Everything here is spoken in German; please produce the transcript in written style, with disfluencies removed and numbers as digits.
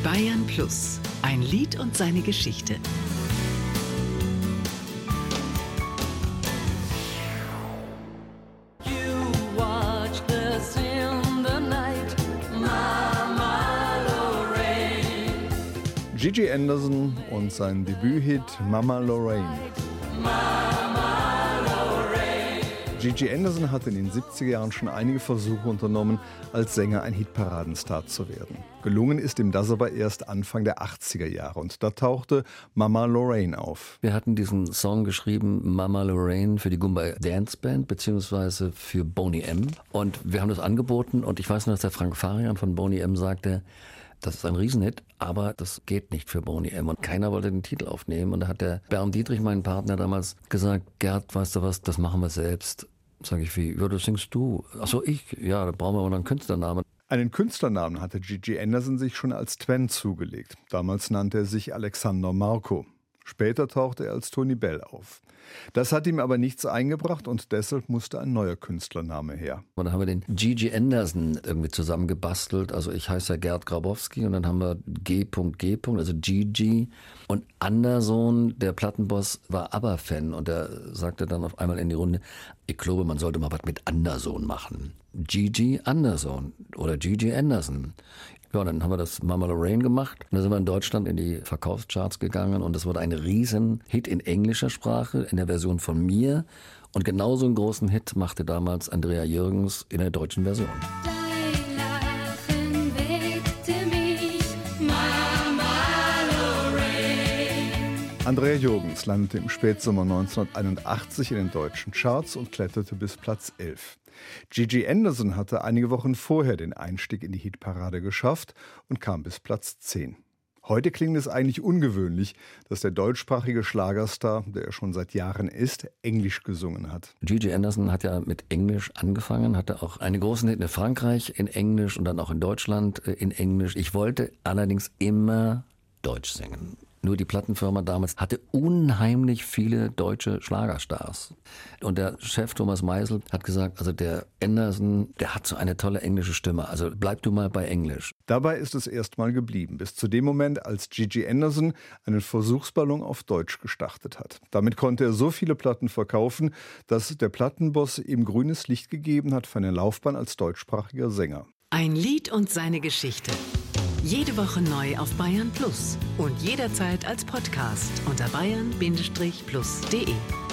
Bayern Plus, ein Lied und seine Geschichte. Gigi Anderson und sein Debüthit Mama Lorraine. Gigi Anderson hatte in den 70er Jahren schon einige Versuche unternommen, als Sänger ein Hitparadenstar zu werden. Gelungen ist ihm das aber erst Anfang der 80er Jahre und da tauchte Mama Lorraine auf. Wir hatten diesen Song geschrieben, Mama Lorraine, für die Gumba Dance Band beziehungsweise für Boney M. Und wir haben das angeboten und ich weiß nur, dass der Frank Farian von Boney M sagte, das ist ein Riesenhit, aber das geht nicht für Boney M. Und keiner wollte den Titel aufnehmen. Und da hat der Bernd Dietrich, mein Partner, damals gesagt, Gerd, weißt du was, das machen wir selbst. Sag ich, wie? Ja, das singst du. Ach so, ich? Ja, da brauchen wir aber noch einen Künstlernamen. Einen Künstlernamen hatte Gigi Anderson sich schon als Twen zugelegt. Damals nannte er sich Alexander Marco. Später tauchte er als Tony Bell auf. Das hat ihm aber nichts eingebracht und deshalb musste ein neuer Künstlername her. Und dann haben wir den Gigi Anderson irgendwie zusammengebastelt. Also ich heiße ja Gerd Grabowski und dann haben wir G.G., also Gigi. Und Anderson, der Plattenboss, war ABBA-Fan und der sagte dann auf einmal in die Runde, ich glaube, man sollte mal was mit Anderson machen. Gigi Anderson oder Gigi Anderson. Ja, dann haben wir das Mama Lorraine gemacht. Und dann sind wir in Deutschland in die Verkaufscharts gegangen und das wurde ein Riesenhit in englischer Sprache, in der Version von mir. Und genauso einen großen Hit machte damals Andrea Jürgens in der deutschen Version. Dein Lachen weckte mich, Mama Lorraine. Andrea Jürgens landete im Spätsommer 1981 in den deutschen Charts und kletterte bis Platz 11. Gigi Anderson hatte einige Wochen vorher den Einstieg in die Hitparade geschafft und kam bis Platz 10. Heute klingt es eigentlich ungewöhnlich, dass der deutschsprachige Schlagerstar, der er schon seit Jahren ist, Englisch gesungen hat. Gigi Anderson hat ja mit Englisch angefangen, hatte auch einen großen Hit in Frankreich in Englisch und dann auch in Deutschland in Englisch. Ich wollte allerdings immer Deutsch singen. Nur die Plattenfirma damals hatte unheimlich viele deutsche Schlagerstars. Und der Chef Thomas Meisel hat gesagt, also der Anderson, der hat so eine tolle englische Stimme, also bleib du mal bei Englisch. Dabei ist es erstmal geblieben, bis zu dem Moment, als Gigi Anderson einen Versuchsballon auf Deutsch gestartet hat. Damit konnte er so viele Platten verkaufen, dass der Plattenboss ihm grünes Licht gegeben hat für eine Laufbahn als deutschsprachiger Sänger. Ein Lied und seine Geschichte. Jede Woche neu auf Bayern Plus und jederzeit als Podcast unter bayern-plus.de.